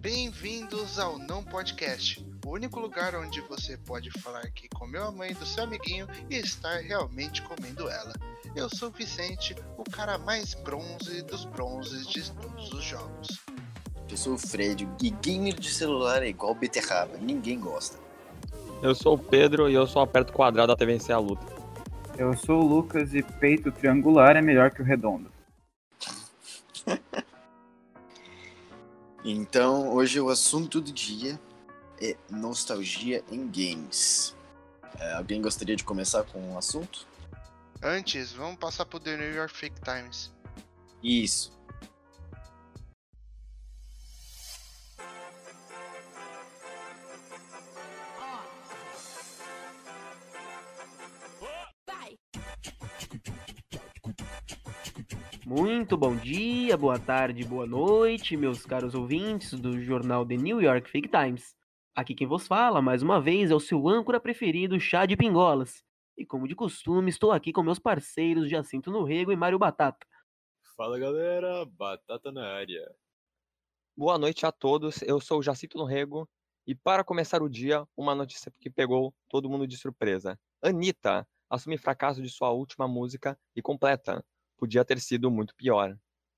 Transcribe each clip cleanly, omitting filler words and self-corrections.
Bem-vindos ao Não Podcast, o único lugar onde você pode falar que comeu a mãe do seu amiguinho e estar realmente comendo ela. Eu sou o Vicente, o cara mais bronze dos bronzes de todos os jogos. Eu sou o Fred, o gamer de celular é igual beterraba, ninguém gosta. Eu sou o Pedro e eu só aperto quadrado até vencer a luta. Eu sou o Lucas e peito triangular é melhor que o redondo. Então, hoje o assunto do dia é nostalgia em games. Alguém gostaria de começar com um assunto? Antes, vamos passar pro The New York Fake Times. Isso. Muito bom dia, boa tarde, boa noite, meus caros ouvintes do jornal The New York Fake Times. Aqui quem vos fala, mais uma vez, é o seu âncora preferido, Chá de Pingolas. E como de costume, estou aqui com meus parceiros Jacinto Norrego e Mário Batata. Fala galera, Batata na área. Boa noite a todos, eu sou o Jacinto Norrego e para começar o dia, uma notícia que pegou todo mundo de surpresa. Anitta assume fracasso de sua última música e completa. Podia ter sido muito pior.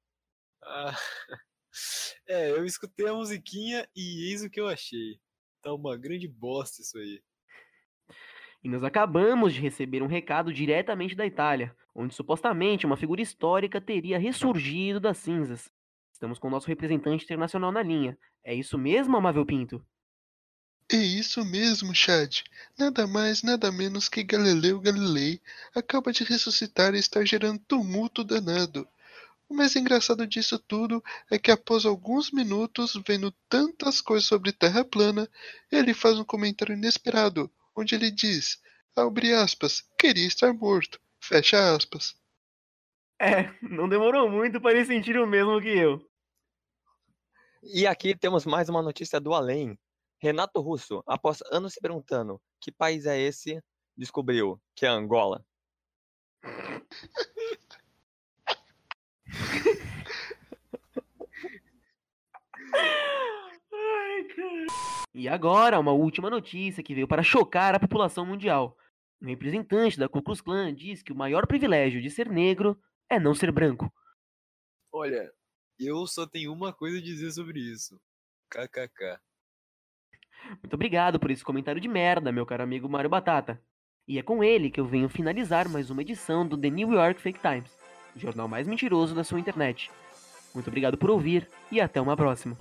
Eu escutei a musiquinha e eis o que eu achei. Tá uma grande bosta isso aí. E nós acabamos de receber um recado diretamente da Itália, onde supostamente uma figura histórica teria ressurgido das cinzas. Estamos com o nosso representante internacional na linha. É isso mesmo, Amável Pinto? É isso mesmo, Chad. Nada mais, nada menos que Galileu Galilei acaba de ressuscitar e está gerando tumulto danado. O mais engraçado disso tudo é que após alguns minutos, vendo tantas coisas sobre Terra plana, ele faz um comentário inesperado, onde ele diz, abre aspas, queria estar morto, fecha aspas. Não demorou muito para ele sentir o mesmo que eu. E aqui temos mais uma notícia do além. Renato Russo, após anos se perguntando que país é esse, descobriu que é Angola. E agora, uma última notícia que veio para chocar a população mundial. Um representante da Ku Klux Klan diz que o maior privilégio de ser negro é não ser branco. Olha, eu só tenho uma coisa a dizer sobre isso. KKK. Muito obrigado por esse comentário de merda, meu caro amigo Mário Batata. E é com ele que eu venho finalizar mais uma edição do The New York Fake Times, o jornal mais mentiroso da sua internet. Muito obrigado por ouvir e até uma próxima.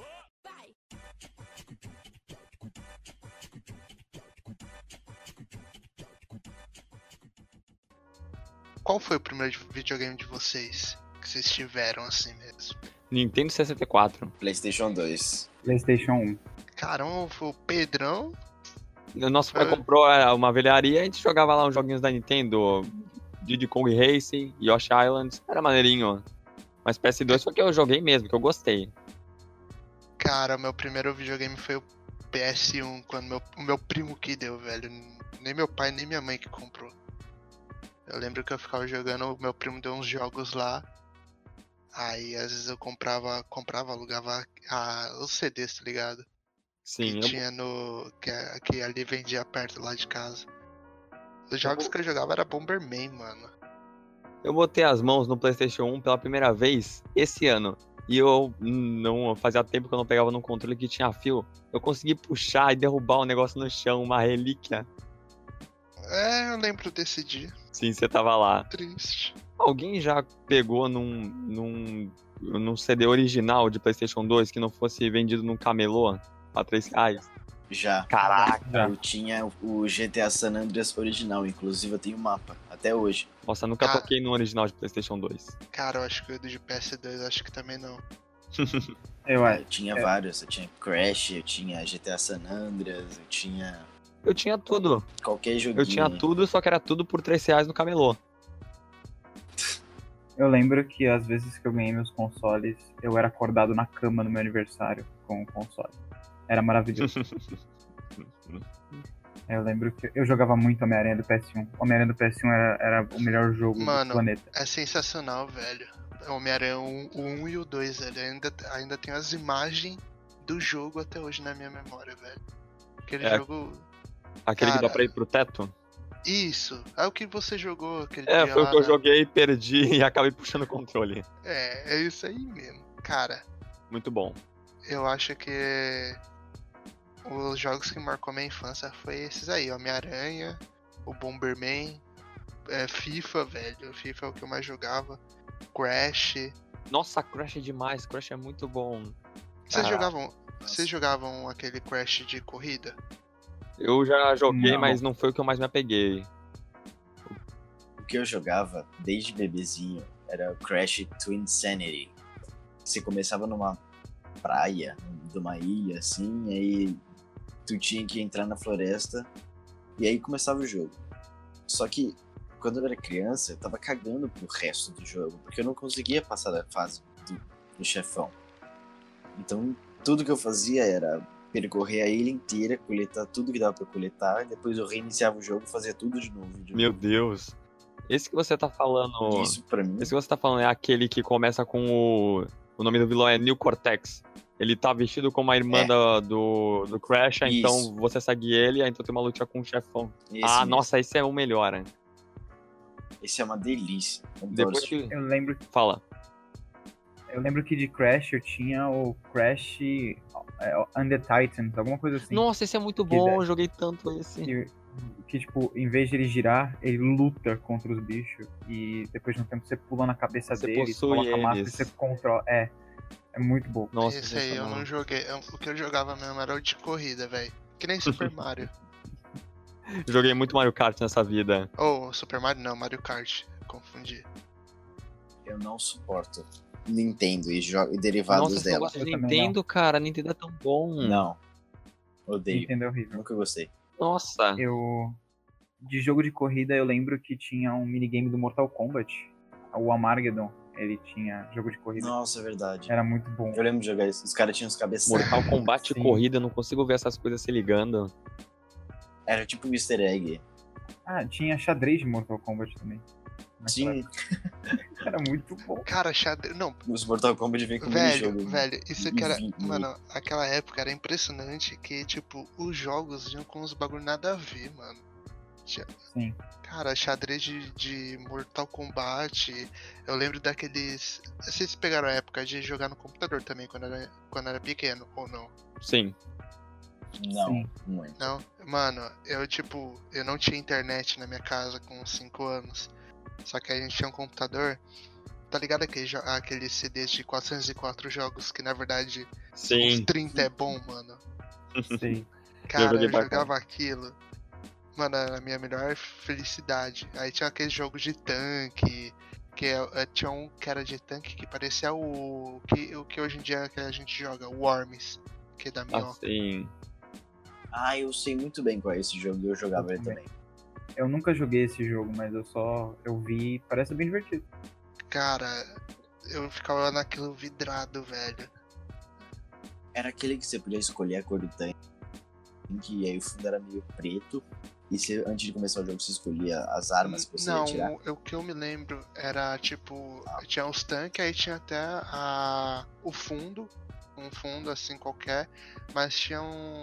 Qual foi o primeiro videogame de vocês? Que vocês tiveram assim mesmo? Nintendo 64. PlayStation 2. PlayStation 1. Caramba, foi o Pedrão. O nosso pai comprou uma velharia e a gente jogava lá uns joguinhos da Nintendo. Diddy Kong Racing, Yoshi Island. Era maneirinho. Mas PS2 foi que eu joguei mesmo, que eu gostei. Cara, meu primeiro videogame foi o PS1, quando o meu primo que deu, velho. Nem meu pai, nem minha mãe que comprou. Eu lembro que eu ficava jogando, meu primo deu uns jogos lá. Aí às vezes eu comprava, alugava os CDs, tá ligado? Sim, Que tinha que ali vendia perto lá de casa. Os jogos que eu jogava era Bomberman, mano. eu botei as mãos no PlayStation 1 pela primeira vez esse ano. E eu não fazia tempo que eu não pegava num controle que tinha fio. Eu consegui puxar e derrubar um negócio no chão, uma relíquia. Eu lembro desse dia. Sim, você tava lá. Triste. Alguém já pegou num CD original de PlayStation 2 que não fosse vendido num camelô a R$3? Já. Caraca! Já. Eu tinha o GTA San Andreas original, inclusive eu tenho o mapa, até hoje. Nossa, eu nunca toquei no original de PlayStation 2. Cara, eu acho que o do de PS2, acho que também não. Eu tinha vários, eu tinha Crash, eu tinha GTA San Andreas, eu tinha Eu tinha tudo. qualquer joguinho. Eu tinha tudo, só que era tudo por R$3 no camelô. Eu lembro que às vezes que eu ganhei meus consoles, eu era acordado na cama no meu aniversário com o console. Era maravilhoso. Eu lembro que eu jogava muito Homem-Aranha do PS1. Homem-Aranha do PS1 era o melhor jogo Mano, do planeta. é sensacional, velho. Homem-Aranha 1 e o 2, velho. Ainda tem as imagens do jogo até hoje na minha memória, velho. Aquele É. jogo. Aquele que dá Cara. pra ir pro teto? Isso. É o que você jogou aquele É, dia foi o lá, que eu né? joguei, perdi e acabei puxando o controle. É isso aí mesmo. Cara, Muito bom. eu acho que os jogos que marcou minha infância foi esses aí, Homem-Aranha, o Bomberman, FIFA, velho. FIFA é o que eu mais jogava. Crash. Nossa, Crash é demais, Crash é muito bom. Vocês Ah, jogavam. nossa. Vocês jogavam aquele Crash de corrida? Eu já joguei, Não. mas não foi o que eu mais me apeguei. O que eu jogava desde bebezinho era o Crash to Insanity. Você começava numa praia, de uma ilha, assim, aí tu tinha que entrar na floresta e aí começava o jogo. Só que quando eu era criança, eu tava cagando pro resto do jogo, porque eu não conseguia passar da fase do chefão. Então tudo que eu fazia era percorrer a ilha inteira, coletar tudo que dava pra coletar, e depois eu reiniciava o jogo e fazia tudo de novo. Meu Deus. Esse que você tá falando. Isso pra mim. Esse que você tá falando é aquele que começa com o. O nome do vilão é Neil Cortex. Ele tá vestido como a irmã do Crash, Isso. então você segue ele, aí então tem uma luta com o chefão. Esse Ah, mesmo. nossa, esse é o melhor, hein? Esse é uma delícia. Adoro Depois esse que. Eu lembro, Fala. eu lembro que de Crash eu tinha o Crash and the Titans, alguma coisa assim. Nossa, esse é muito Que bom, ideia. eu joguei tanto esse. Que, tipo, em vez de ele girar, ele luta contra os bichos. E depois de um tempo você pula na cabeça Você deles, possui coloca a máscara e eles. você controla. É muito bom. Nossa, Esse aí eu não joguei. O que eu jogava mesmo era o de corrida, velho. Que nem Super Mario. Joguei muito Mario Kart nessa vida. Ou Super Mario não, Mario Kart. Confundi. Eu não suporto Nintendo e derivados Nossa, você não dela. gosta de Eu também Nintendo, cara? Nintendo é tão bom. Não. Odeio. Nintendo é horrível. Nunca gostei. Nossa. De jogo de corrida, eu lembro que tinha um minigame do Mortal Kombat. O Amargeddon, ele tinha jogo de corrida. Nossa, é verdade. Era muito bom. Eu lembro de jogar isso. Os caras tinham os cabeças. Mortal Kombat Sim. corrida, eu não consigo ver essas coisas se ligando. Era tipo um easter egg. Ah, tinha xadrez de Mortal Kombat também. Naquela Sim, época. Era muito bom. Cara, xadrez. Não, os Mortal Kombat vêm com minijogo. velho, isso que era. Vi- Mano, aquela época era impressionante que, tipo, os jogos vinham com uns bagulho nada a ver, mano. Sim. Cara, xadrez de Mortal Kombat. Eu lembro daqueles. Vocês pegaram a época de jogar no computador também quando era pequeno, ou não? Sim. Não, Sim. muito. Não? Mano, eu não tinha internet na minha casa com 5 anos. Só que a gente tinha um computador. Tá ligado aqueles CDs de 404 jogos que na verdade uns Sim. 30 é bom, mano? Sei. Cara, joguei eu pra jogava aquilo. Mano, era a minha melhor felicidade. Aí tinha aqueles jogos de tanque. Tinha um que era de tanque que parecia o que hoje em dia que a gente joga, o Worms, que é da minhoca. Assim. Ah, eu sei muito bem qual é esse jogo. Eu jogava Eu ele também. Eu nunca joguei esse jogo, mas eu vi, parece bem divertido. Cara, eu ficava naquilo vidrado, velho. Era aquele que você podia escolher a cor do tanque. E aí o fundo era meio preto. E você, antes de começar o jogo, você escolhia as armas que você ia Não, tirar. o que eu me lembro era tipo, tinha os tanques, aí tinha até o fundo, um fundo assim qualquer, mas tinha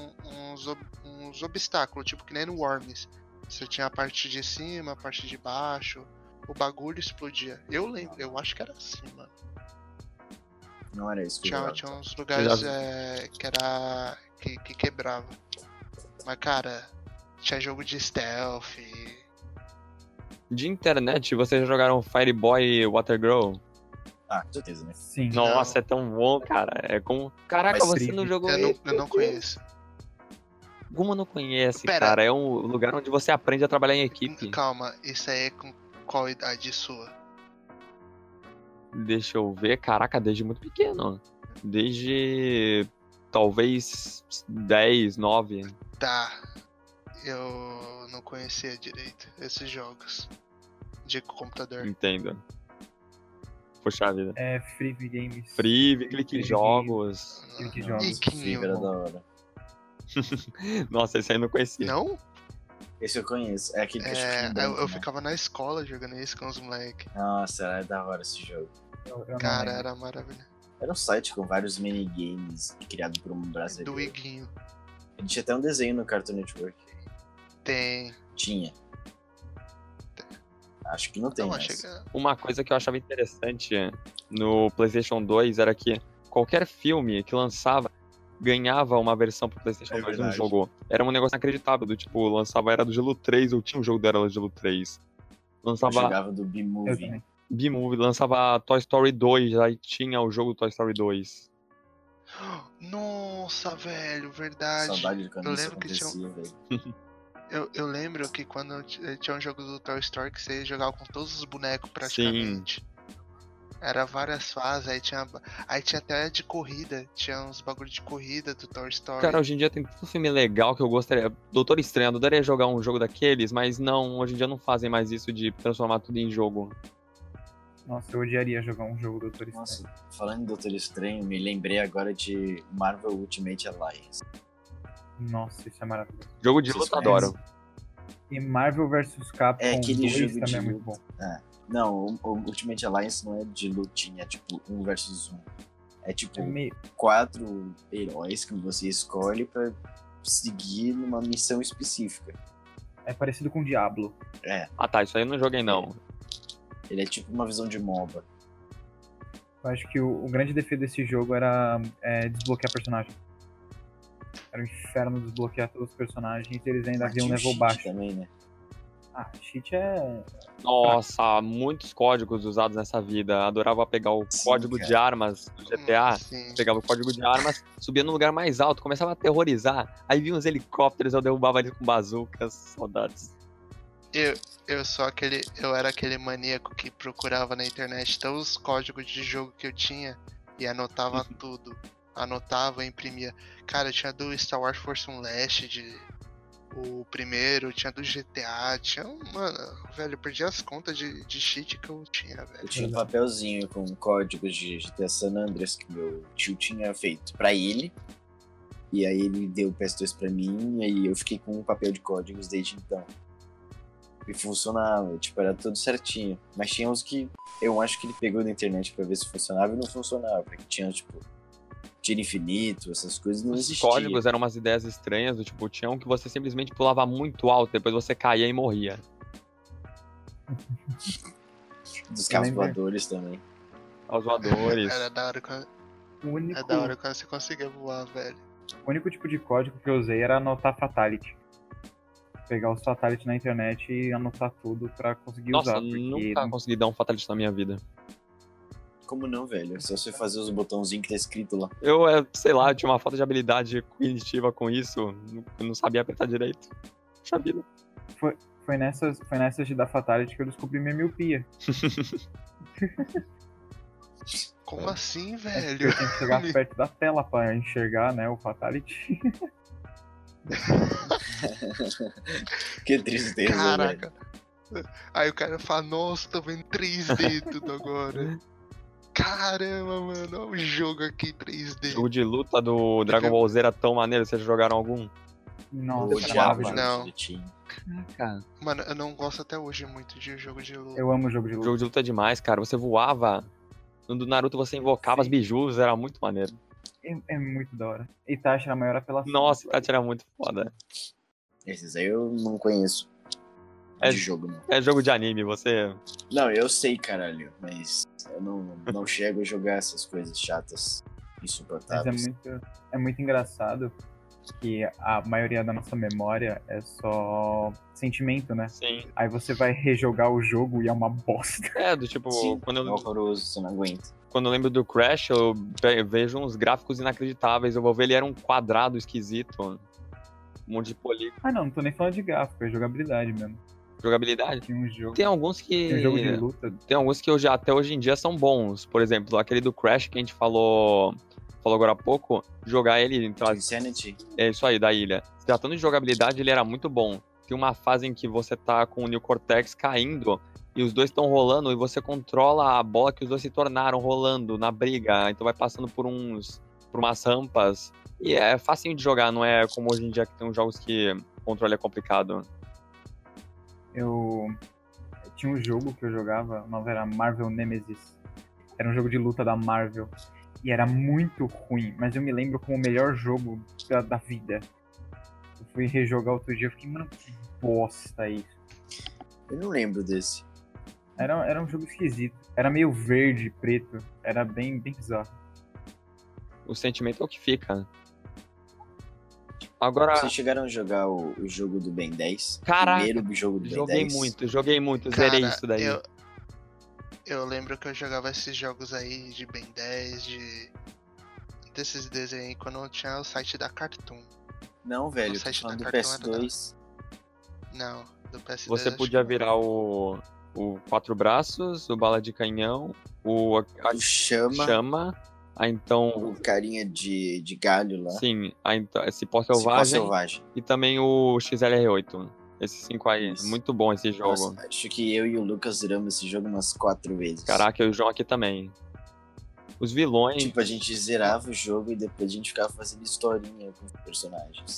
uns obstáculos, tipo que nem no Worms. Você tinha a parte de cima, a parte de baixo, o bagulho explodia. Eu lembro, eu acho que era assim, mano. Não era isso que eu Tinha jogava. uns lugares Já- que era. Que quebrava. Mas cara, tinha jogo de stealth. De internet, vocês já jogaram Fireboy e Water Girl? Ah, com certeza, né? Sim. Nossa, é tão bom, cara. É como. Caraca, Mas você não jogou Eu ele. não conheço. Guma não conhece, Pera. cara. É um lugar onde você aprende a trabalhar em equipe. Calma, isso aí é com qual idade sua? Deixa eu ver. Caraca, desde muito pequeno. Desde. Talvez 10, 9. Tá. Eu não conhecia direito esses jogos de computador. Entendo. Puxa vida. É Free Games. Free, clique Free jogos. Clique jogos. Iquinho. Era da hora. Nossa, esse aí eu não conhecia. Não? Esse eu conheço. É aquele que acho que tinha branco, Eu né? ficava na escola jogando isso com os moleques. Nossa, era da hora esse jogo. Eu não Cara, lembro. era maravilhoso. Era um site com vários minigames criado por um Do brasileiro. Iguinho. Ele tinha até um desenho no Cartoon Network. Tem. Tinha. Acho que não tem Não, mais. achei que... Uma coisa que eu achava interessante no PlayStation 2 era que qualquer filme que lançava ganhava uma versão pro PlayStation É 2 um verdade. jogo. Era um negócio inacreditável, do tipo, lançava Era do Gelo 3 ou tinha um jogo da Era do Gelo 3. Eu Lançava jogava do Eu B-Movie. também. B-Movie, lançava Toy Story 2, aí tinha o jogo Toy Story 2. Nossa, velho, verdade. Saudade de quando Eu isso lembro que tinha, acontecia, velho. eu lembro que quando tinha um jogo do Toy Story que você jogava com todos os bonecos praticamente. Era várias fases, aí tinha até de corrida, tinha uns bagulho de corrida do Toy Story. Cara, hoje em dia tem tanto filme legal que eu gostaria. Doutor Estranho, eu adoraria jogar um jogo daqueles, mas não, hoje em dia não fazem mais isso de transformar tudo em jogo. Nossa, eu odiaria jogar um jogo do Doutor Estranho. Nossa, falando em Doutor Estranho, me lembrei agora de Marvel Ultimate Alliance. Nossa, isso é maravilhoso. Jogo de Vocês luta, conhecem? adoro. E Marvel vs Capcom É aquele 2 jogo também de é muito luta. bom. Não, o Ultimate Alliance não é de lutinha, é tipo 1 versus 1. É tipo É meio... 4 heróis que você escolhe pra seguir numa missão específica. é parecido com Diablo. É, Ah tá, isso aí eu não joguei não. ele é tipo uma visão de MOBA. Eu acho que o grande defeito desse jogo era desbloquear personagem. Era um inferno desbloquear todos os personagens e eles ainda Mas haviam um tinha o level cheat baixo. também, né? Ah, cheat é... Nossa, muitos códigos usados nessa vida. Adorava pegar o Sim, código cara. de armas do GTA. Sim. Pegava o código de armas, subia no lugar mais alto, começava a aterrorizar. Aí vinha uns helicópteros, eu derrubava eles com bazucas. Saudades. Eu era aquele maníaco que procurava na internet todos os códigos de jogo que eu tinha e anotava tudo. Anotava, imprimia. Cara, tinha do Star Wars Force Unleashed, o primeiro, tinha do GTA, mano, velho, eu perdi as contas de cheat que eu tinha, Eu velho. tinha um papelzinho com códigos de GTA San Andreas que meu tio tinha feito pra ele. E aí ele deu o PS2 pra mim, e aí eu fiquei com um papel de códigos desde então. E funcionava, tipo, era tudo certinho. Mas tinha uns que eu acho que ele pegou na internet pra ver se funcionava e não funcionava. Porque tinha, tipo, tiro infinito, essas coisas não Os existiam. códigos eram umas ideias estranhas, do tipo, tinha um que você simplesmente pulava muito alto, depois você caía e morria. Dos carros lembro. voadores também. Aos voadores. Era da hora quando, O único, é da hora quando você conseguia voar, velho. o único tipo de código que eu usei era anotar Fatality. Pegar os Fatality na internet e anotar tudo pra conseguir Nossa, usar. Porque nunca consegui dar um fatality na minha vida. Como não, velho? Se você fazer os botãozinhos que tá escrito lá. Eu, sei lá, eu tinha uma falta de habilidade cognitiva com isso. Eu não sabia apertar direito. Puxa vida. foi nessas de dar Fatality que eu descobri minha miopia. Como assim, Eu velho? tinha que chegar perto da tela pra enxergar, né, o Fatality. Que tristeza, velho. Caraca. Aí o cara fala, nossa, tô vendo 3D tudo agora. Caramba, mano, olha o jogo aqui 3D. Jogo de luta do Dragon Ball Z era tão maneiro, vocês jogaram algum? Nossa, Eu era odiava maravilhoso. Não. jogos direitinho. Cara, Mano, eu não gosto até hoje muito de jogo de luta. Eu amo jogo de o luta. jogo de luta é demais, cara. Você voava. No do Naruto você invocava as Sim. bijus, era muito maneiro. É muito da hora. Itachi era a maior apelação. Nossa, Itachi era muito foda. Esses aí eu não conheço. É- De jogo, não. É jogo de anime, você. Não, eu sei, caralho. Mas eu não chego a jogar essas coisas chatas, Mas insuportáveis. é muito engraçado que a maioria da nossa memória é só sentimento, né? Sim. Aí você vai rejogar o jogo e é uma bosta. É, do tipo, Sim, quando é eu, horroroso, você não aguenta. quando eu lembro do Crash, eu vejo uns gráficos inacreditáveis. Eu vou ver, ele era um quadrado esquisito. Um monte de polígono. Ah, não tô nem falando de gráfico, é jogabilidade mesmo. Jogabilidade. Tinha um jogo, Tem alguns que. tinha um jogo de luta. Tem alguns que até hoje em dia são bons. Por exemplo, aquele do Crash que a gente falou agora há pouco. Jogar ele. Insanity? É isso aí, da ilha. Se tratando de jogabilidade, ele era muito bom. Tem uma fase em que você tá com o Neo Cortex caindo e os dois estão rolando e você controla a bola que os dois se tornaram rolando na briga. Então vai passando por umas rampas. E é facinho de jogar, não é como hoje em dia que tem uns jogos que o controle é complicado. Eu tinha um jogo que eu jogava, o nome era Marvel Nemesis. Era um jogo de luta da Marvel. E era muito ruim, mas eu me lembro como o melhor jogo da vida. Eu fui rejogar outro dia e fiquei, mano, que bosta isso. Eu não lembro desse. Era um jogo esquisito. Era meio verde, preto. Era bem bizarro. O sentimento é o que fica. Agora, Vocês chegaram a jogar o jogo do Ben 10? Caraca, Primeiro jogo do Ben joguei 10? muito, zerei Cara, isso daí. eu lembro que eu jogava esses jogos aí de Ben 10, desses desenhos aí, quando tinha o site da Cartoon. Não, velho, No eu tô site falando da do Cartoon era PS2. Não, do PS2. Você acho podia que virar o Quatro Braços, o Bala de Canhão, o O Chama, Chama, aí então, o carinha de galho lá. sim, aí então, esse Pó Cipó Selvagem Selvagem. e também o XLR8. Esses 5 aí, Isso. muito bom esse jogo. Nossa, acho que eu e o Lucas zeramos esse jogo umas 4 vezes. Caraca, e o João aqui também. Os vilões, Tipo, a gente zerava o jogo e depois a gente ficava fazendo historinha com os personagens.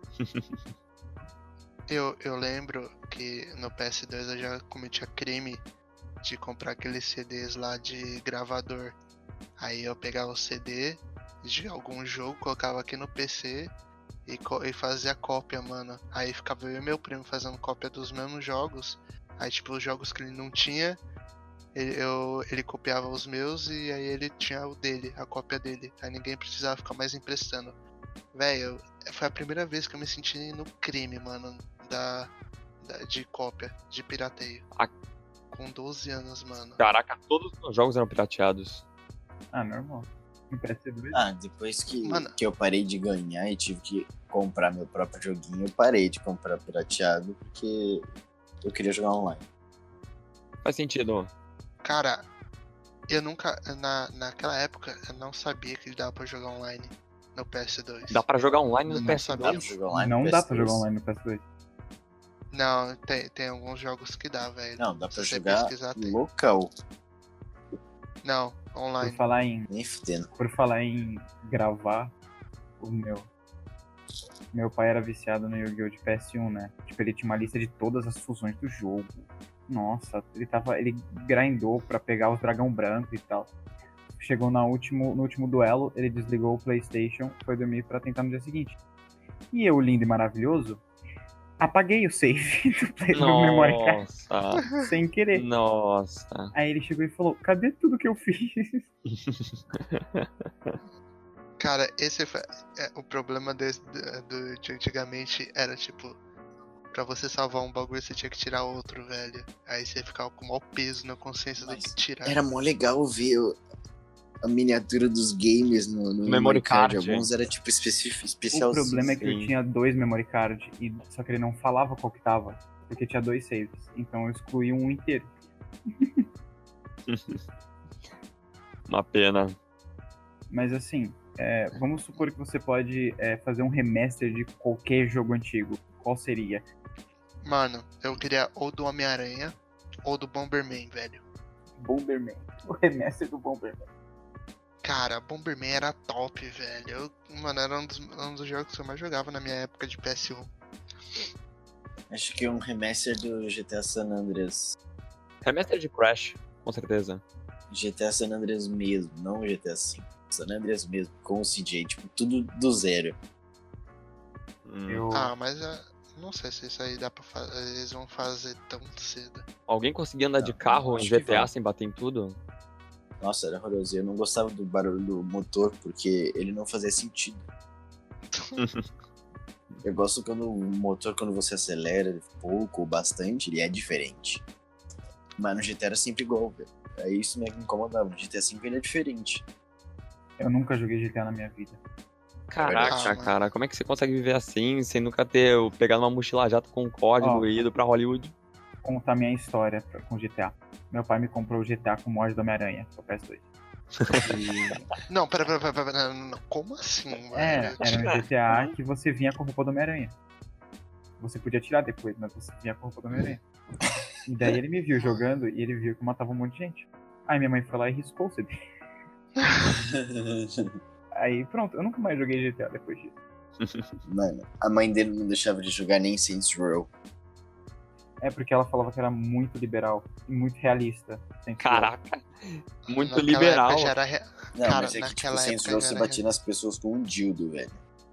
Eu lembro que no PS2 eu já cometia crime de comprar aqueles CDs lá de gravador. Aí eu pegava o CD de algum jogo, colocava aqui no PC e fazia cópia, mano. Aí ficava eu e meu primo fazendo cópia dos mesmos jogos. Aí, tipo, os jogos que ele não tinha, ele copiava os meus e aí ele tinha o dele, a cópia dele. Aí ninguém precisava ficar mais emprestando. Velho, foi a primeira vez que eu me senti no crime, mano, de cópia, de pirateio. Ah. Com 12 anos, mano. caraca, todos os jogos eram pirateados. Ah, normal. Em PS2. Ah, depois Mano. que eu parei de ganhar e tive que comprar meu próprio joguinho, eu parei de comprar pirateado porque eu queria jogar online. Faz sentido. Cara, eu nunca. Naquela época, eu não sabia que dava pra jogar online no PS2. Dá pra jogar online no Eu não PS2? sabia. Dá pra jogar online Não no dá pra PS2? jogar online no PS2. Não, tem alguns jogos que dá, velho. Não, dá pra Se você jogar pesquisar, tem. local. Não, online. Nem fudendo. Por falar em gravar, o meu pai era viciado no Yu-Gi-Oh! De PS1, né? Tipo, ele tinha uma lista de todas as fusões do jogo. Nossa, ele grindou pra pegar os dragão branco e tal. Chegou no último duelo, ele desligou o PlayStation, foi dormir pra tentar no dia seguinte. E eu, lindo e maravilhoso, apaguei o save do memory card Nossa, sem querer. nossa. Aí ele chegou e falou, cadê tudo que eu fiz? Cara, esse foi o problema de antigamente era tipo, pra você salvar um bagulho você tinha que tirar outro, velho. Aí você ficava com o maior peso na consciência do Mas que tirar. Era mó legal ver a miniatura dos games no Memory card. Alguns era tipo especial. O problema é que eu sim. tinha 2 memory card, só que ele não falava qual que tava, porque tinha 2 saves. Então eu excluí um inteiro. Uma pena. Mas assim, vamos supor que você pode fazer um remaster de qualquer jogo antigo. Qual seria? Mano, eu queria ou do Homem-Aranha ou do Bomberman, velho. Bomberman. O remaster do Bomberman. Cara, Bomberman era top, velho. Mano, era um dos jogos que eu mais jogava na minha época de PS1. Acho que um remaster do GTA San Andreas. Remaster de Crash, com certeza. GTA San Andreas mesmo, não o GTA V. San Andreas mesmo, com o CJ, tipo, tudo do zero. Eu... Ah, mas não sei se isso aí dá pra fazer. Eles vão fazer tão cedo. Alguém conseguia andar de Não, carro em acho que GTA vai. sem bater em tudo? Nossa, era horroroso. Eu não gostava do barulho do motor, porque ele não fazia sentido. Eu gosto quando o motor, quando você acelera pouco ou bastante, ele é diferente. Mas no GTA era sempre igual, velho. É isso me incomodava. No GTA V ele é diferente. eu nunca joguei GTA na minha vida. Caraca, verdade. cara, como é que você consegue viver assim, sem nunca ter pegado uma mochila jato com código e ido pra Hollywood? Contar minha história com GTA. Meu pai me comprou o GTA com mod do Homem-Aranha, pro PS2. Não, pera, não, como assim, velho? Era um GTA que você vinha com a roupa do Homem-Aranha. Você podia tirar depois, mas você vinha com a roupa do Homem-Aranha. E daí ele me viu jogando e ele viu que eu matava um monte de gente. Aí minha mãe foi lá e riscou o CD. Aí pronto, eu nunca mais joguei GTA depois disso. Mano, a mãe dele não deixava de jogar nem Saints Row. É porque ela falava que era muito liberal e muito realista. sensual. Caraca, muito Naquela liberal. época já era Não, Cara, mas é que, tipo, naquela sem época zoar, já você era batia nas pessoas com um dildo, velho.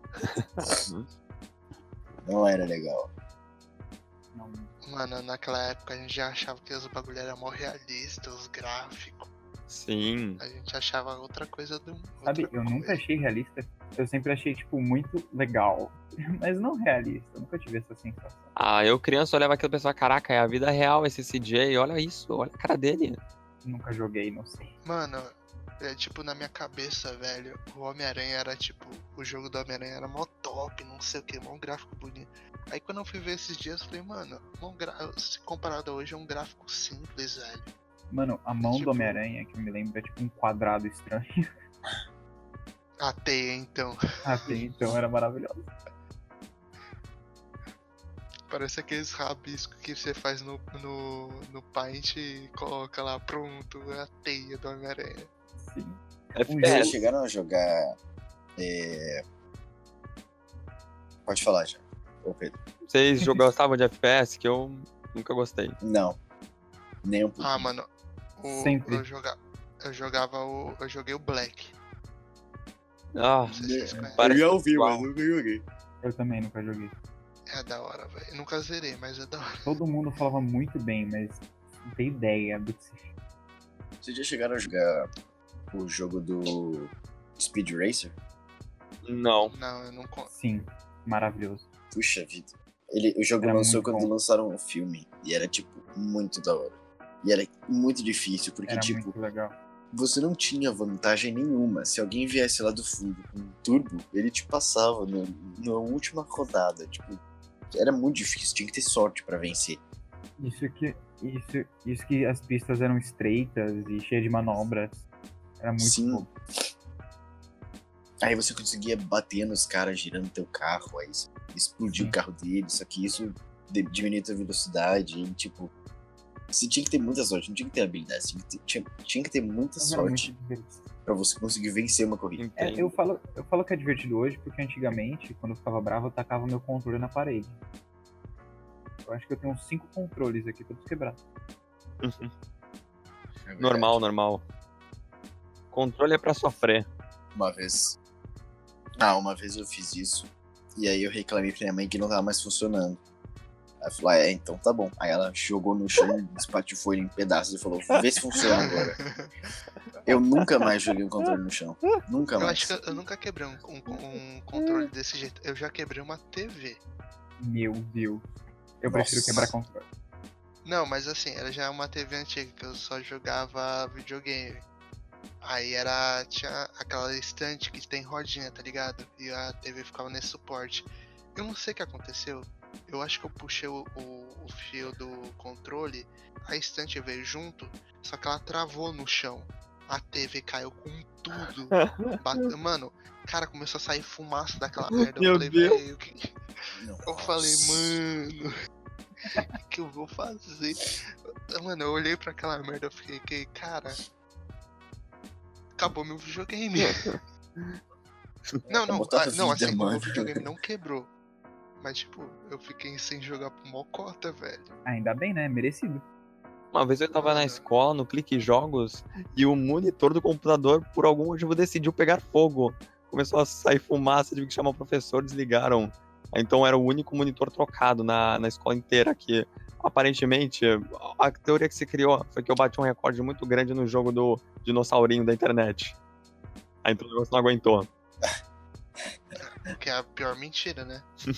Não era legal. Não, Mano, naquela época a gente já achava que os bagulho era mó realista, os gráficos. Sim. A gente achava outra coisa do mundo. sabe, eu nunca achei realista. Eu sempre achei, tipo, muito legal. Mas não realista. Eu nunca tive essa sensação. Ah, eu criança olhava aquilo e pensava, caraca, é a vida real esse CJ, olha isso, olha a cara dele. Nunca joguei, não sei. Mano, é tipo, na minha cabeça, velho, o Homem-Aranha era tipo, o jogo do Homem-Aranha era mó top, não sei o que, mó gráfico bonito. Aí quando eu fui ver esses dias, eu falei, mano, se comparado a hoje, é um gráfico simples, velho. Mano, a mão Tipo- do Homem-Aranha, que eu me lembro, é tipo um quadrado estranho. A teia, então. Até então era maravilhoso. Parece aqueles rabiscos que você faz no Paint e coloca lá, pronto, é a teia do Homem-Aranha. Sim. Vocês FPS. chegaram a jogar. Pode falar já. Ô, Pedro. Vocês gostavam de FPS, que eu nunca gostei. Não. Nem um pouco. Ah, mano, Sempre. eu joguei o Black. Ah, Não sei se vocês conhecem. parece eu já ouvi, igual. mas nunca joguei. Eu também nunca joguei. É da hora, velho. Eu nunca zerei, mas é da hora. Todo mundo falava muito bem, mas não tem ideia do que se... Vocês já chegaram a jogar o jogo do Speed Racer? Não. Não, eu não conto. Sim, maravilhoso. Puxa vida. O jogo Era lançou muito quando bom. lançaram o filme. E era, tipo, muito da hora. E era muito difícil, porque, Era tipo, muito legal. você não tinha vantagem nenhuma. Se alguém viesse lá do fundo com um turbo, ele te passava na última rodada. Tipo, era muito difícil, tinha que ter sorte pra vencer. Isso que as pistas eram estreitas e cheias de manobras. Era muito Sim. bom. Aí você conseguia bater nos caras girando teu carro, aí você explodia Sim. o carro dele, só que isso diminuía a tua velocidade e, tipo, você tinha que ter muita sorte, não tinha que ter habilidade, tinha que ter muita Mas era muito sorte divertido. pra você conseguir vencer uma corrida. Entendo. Eu falo que é divertido hoje porque antigamente, quando eu ficava bravo, eu tacava meu controle na parede. Eu acho que eu tenho uns 5 controles aqui, todos quebrados. É verdade. Normal. Controle é pra sofrer. Uma vez eu fiz isso, e aí eu reclamei pra minha mãe que não tava mais funcionando. Aí ela falou, então tá bom. Aí ela jogou no chão, espatifou ele em pedaços e falou, vê se funciona agora. Eu nunca mais joguei um controle no chão. Nunca Eu mais. acho que eu nunca quebrei um controle desse jeito. Eu já quebrei uma TV. Meu Deus. Eu Nossa. prefiro quebrar controle. Não, mas assim, ela já é uma TV antiga que eu só jogava videogame. Aí tinha aquela estante que tem rodinha, tá ligado? E a TV ficava nesse suporte. Eu não sei o que aconteceu. Eu acho que eu puxei o fio do controle, a estante veio junto, só que ela travou no chão. A TV caiu com tudo. Mano, cara, começou a sair fumaça daquela merda. Meu Eu falei, Deus. velho, eu Nossa. falei, mano, o que eu vou fazer? Mano, eu olhei pra aquela merda e fiquei, cara, acabou meu videogame. Não, Acabou tua assim, vida, o mano. meu videogame não quebrou. Mas, tipo, eu fiquei sem jogar por mocota, velho. Ainda bem, né? Merecido. Uma vez eu tava na escola, no Clique Jogos, e o monitor do computador, por algum motivo, decidiu pegar fogo. Começou a sair fumaça, tive que chamar o professor, desligaram. Então era o único monitor trocado na escola inteira, que aparentemente, a teoria que se criou foi que eu bati um recorde muito grande no jogo do dinossaurinho da internet. Aí então o negócio não aguentou. Que é a pior mentira, né?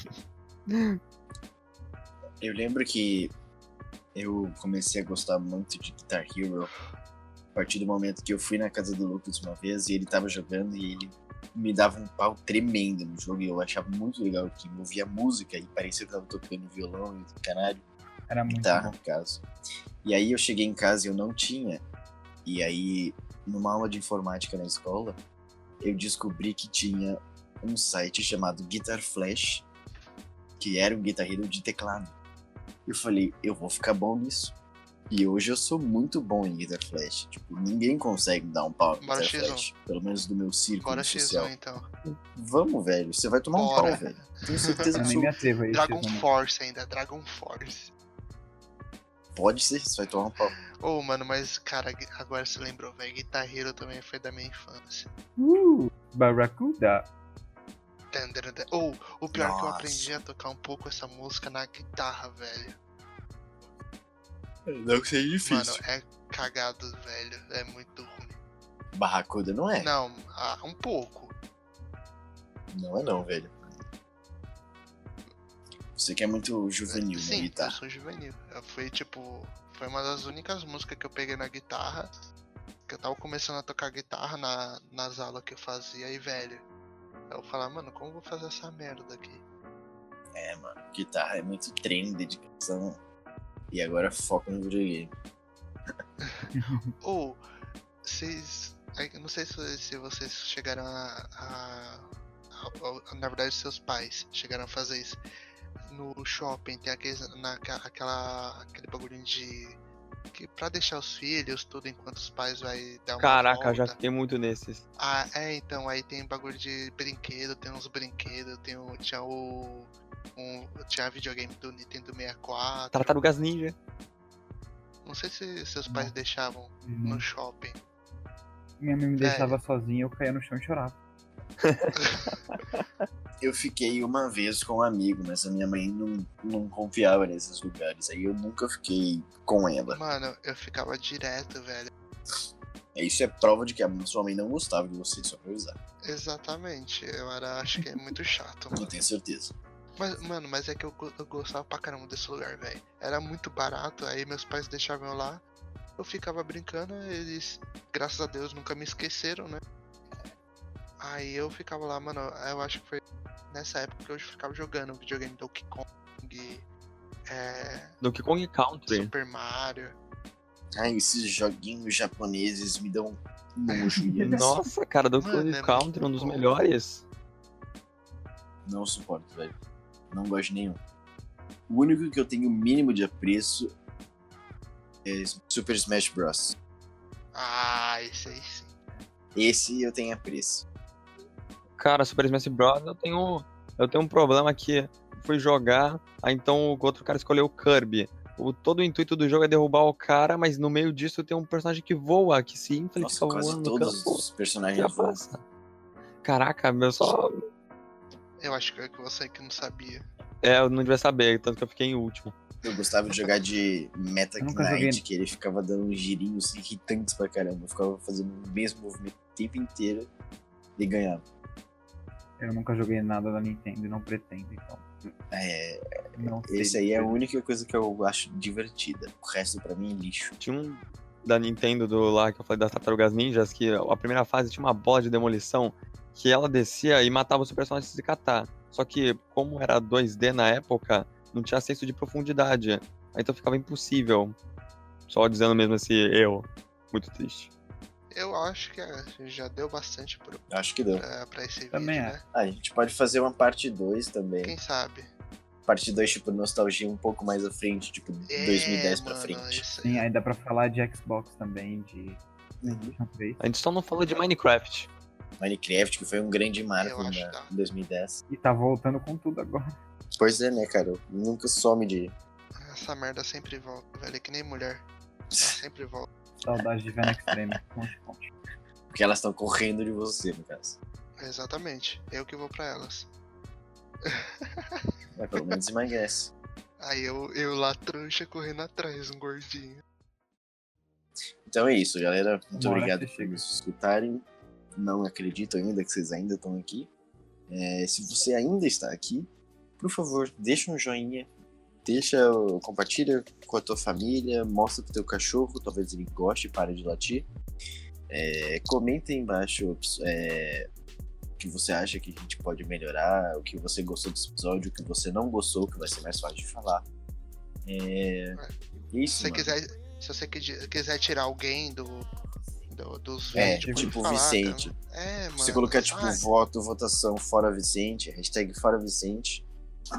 Eu lembro que eu comecei a gostar muito de Guitar Hero a partir do momento que eu fui na casa do Lucas uma vez e ele tava jogando e ele me dava um pau tremendo no jogo e eu achava muito legal que ouvia música e parecia que eu tava tocando violão e caralho, Era muito guitarra bom. no caso. E aí eu cheguei em casa e eu não tinha. E aí, numa aula de informática na escola, eu descobri que tinha um site chamado Guitar Flash, que era um Guitar Hero de teclado. Eu falei, eu vou ficar bom nisso. E hoje eu sou muito bom em Guitar Flash. Tipo, ninguém consegue dar um pau no Bora, Guitar X1. Flash. Pelo menos do meu círculo Bora social. X1 então. Vamos, velho. Você vai tomar um Bora. pau, velho. Tenho certeza Eu que nem sou... me atrevo a isso. Dragon Force ainda, Dragon Force. Pode ser, você vai tomar um pau. Ô, mano, mas, cara, agora você lembrou, velho. Guitar Hero também foi da minha infância. Barracuda. Ou, o pior é que eu Nossa. aprendi a tocar um pouco essa música na guitarra, velho. Não que seja Mano, é cagado, velho. É muito ruim. Barracuda não é? Não, um pouco. Não é não, velho. Você que é muito juvenil na Sim, eu guitarra. sou juvenil. Foi uma das únicas músicas que eu peguei na guitarra. Que eu tava começando a tocar guitarra nas aulas que eu fazia. E, velho, eu falava, mano, como eu vou fazer essa merda aqui? É, mano. Guitarra é muito treino, dedicação. E agora foco no videogame. Ou, vocês. Eu não sei se vocês chegaram na verdade, seus pais chegaram a fazer isso. No shopping tem aquele bagulho de. Que pra deixar os filhos, tudo enquanto os pais vai dar uma Caraca, volta. já fiquei muito nesses. Ah, então, aí tem bagulho de brinquedo, tem uns brinquedos, tinha videogame do Nintendo 64. Tartarugas Ninja. Não sei se seus pais deixavam Uhum. no shopping. Minha mãe me deixava sozinha, eu caía no chão e chorava. Eu fiquei uma vez com um amigo, mas a minha mãe não confiava nesses lugares. Aí eu nunca fiquei com ela. Mano, eu ficava direto, velho. Isso é prova de que a sua mãe não gostava de você, só pra avisar. Exatamente, acho que é muito chato, Eu mano. tenho certeza. Mas é que eu gostava pra caramba desse lugar, velho. Era muito barato, aí meus pais deixavam eu lá. Eu ficava brincando, eles, graças a Deus, nunca me esqueceram, né? Aí eu ficava lá, mano, eu acho que foi nessa época que eu ficava jogando videogame Donkey Kong, Donkey Kong Country. Super Mario. Ai, esses joguinhos japoneses me dão nojo. E eles Nossa, cara, Donkey Mano, Kong é Country, muito um dos bom. melhores. não suporto, velho. Não gosto de nenhum. O único que eu tenho o mínimo de apreço é Super Smash Bros. Ah, esse aí sim. Esse eu tenho apreço. Cara, Super Smash Bros. Eu tenho um problema que fui jogar, aí então o outro cara escolheu o Kirby. Todo o intuito do jogo é derrubar o cara, mas no meio disso tem um personagem que voa, que se infla e Nossa, fica quase voando no todos campo. os Já personagens voam. passa. Caraca, meu só. Eu acho que é que você que não sabia. Eu não devia saber, tanto que eu fiquei em último. Eu gostava de jogar de Meta Eu nunca Knight, joguei. que ele ficava dando uns girinhos irritantes pra caramba. Eu ficava fazendo o mesmo movimento o tempo inteiro e ganhava. Eu nunca joguei nada da Nintendo e não pretendo, então. Não sei Esse aí é a dizer. única coisa que eu acho divertida. O resto pra mim é lixo. Tinha um da Nintendo do lá que eu falei das Tartarugas Ninjas, que a primeira fase tinha uma bola de demolição que ela descia e matava os personagens de se catar. Só que, como era 2D na época, não tinha senso de profundidade. Aí então ficava impossível. Só dizendo mesmo assim, muito triste. Eu acho que já deu bastante Acho que deu. pra esse Também vídeo, é. né? A gente pode fazer uma parte 2 também. Quem sabe? Parte 2, tipo, nostalgia um pouco mais à frente, tipo, 2010 pra mano, frente. isso Sim, aí. aí dá pra falar de Xbox também, de PlayStation 3. A gente só não falou de Minecraft. Minecraft, que foi um grande marco Eu acho que tá. em 2010. E tá voltando com tudo agora. Pois é, né, cara? Nunca some de. Essa merda sempre volta, velho. É que nem mulher. Ela sempre volta. Saudade de Venom Extreme. Conte. Porque elas estão correndo de você, no caso. Exatamente. Eu que vou pra elas. Mas pelo menos emagrece. Aí eu lá trouxa correndo atrás, um gordinho. Então é isso, galera. Muito Uma hora obrigado você por chega. nos escutarem. Não acredito ainda que vocês ainda estão aqui. Se você ainda está aqui, por favor, deixa um joinha. Compartilha com a tua família, mostra pro teu cachorro, talvez ele goste e pare de latir. Comenta aí embaixo o que você acha que a gente pode melhorar, o que você gostou desse episódio, o que você não gostou, que vai ser mais fácil de falar. Isso, Se mano. você quiser tirar alguém dos É, vídeos, tipo pode falar, Vicente. cara. Mano. Você colocar, tipo, Ah, votação fora Vicente, hashtag fora Vicente.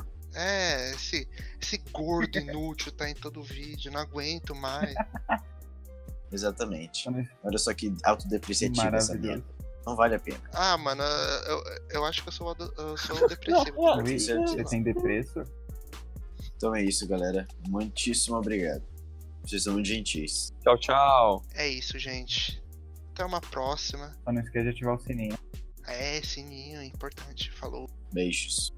esse gordo inútil tá em todo vídeo, não aguento mais. Exatamente. Então, Olha só que autodepreciativa essa Maravilhoso. merda. Não vale a pena. Ah, mano, eu acho que eu sou depressivo. Tenho Você certeza. tem depresso? Então é isso, galera. Muitíssimo obrigado. Vocês são muito gentis. Tchau, tchau. É isso, gente. Até uma próxima. Só não esquece de ativar o sininho. É, sininho, é importante. Falou. Beijos.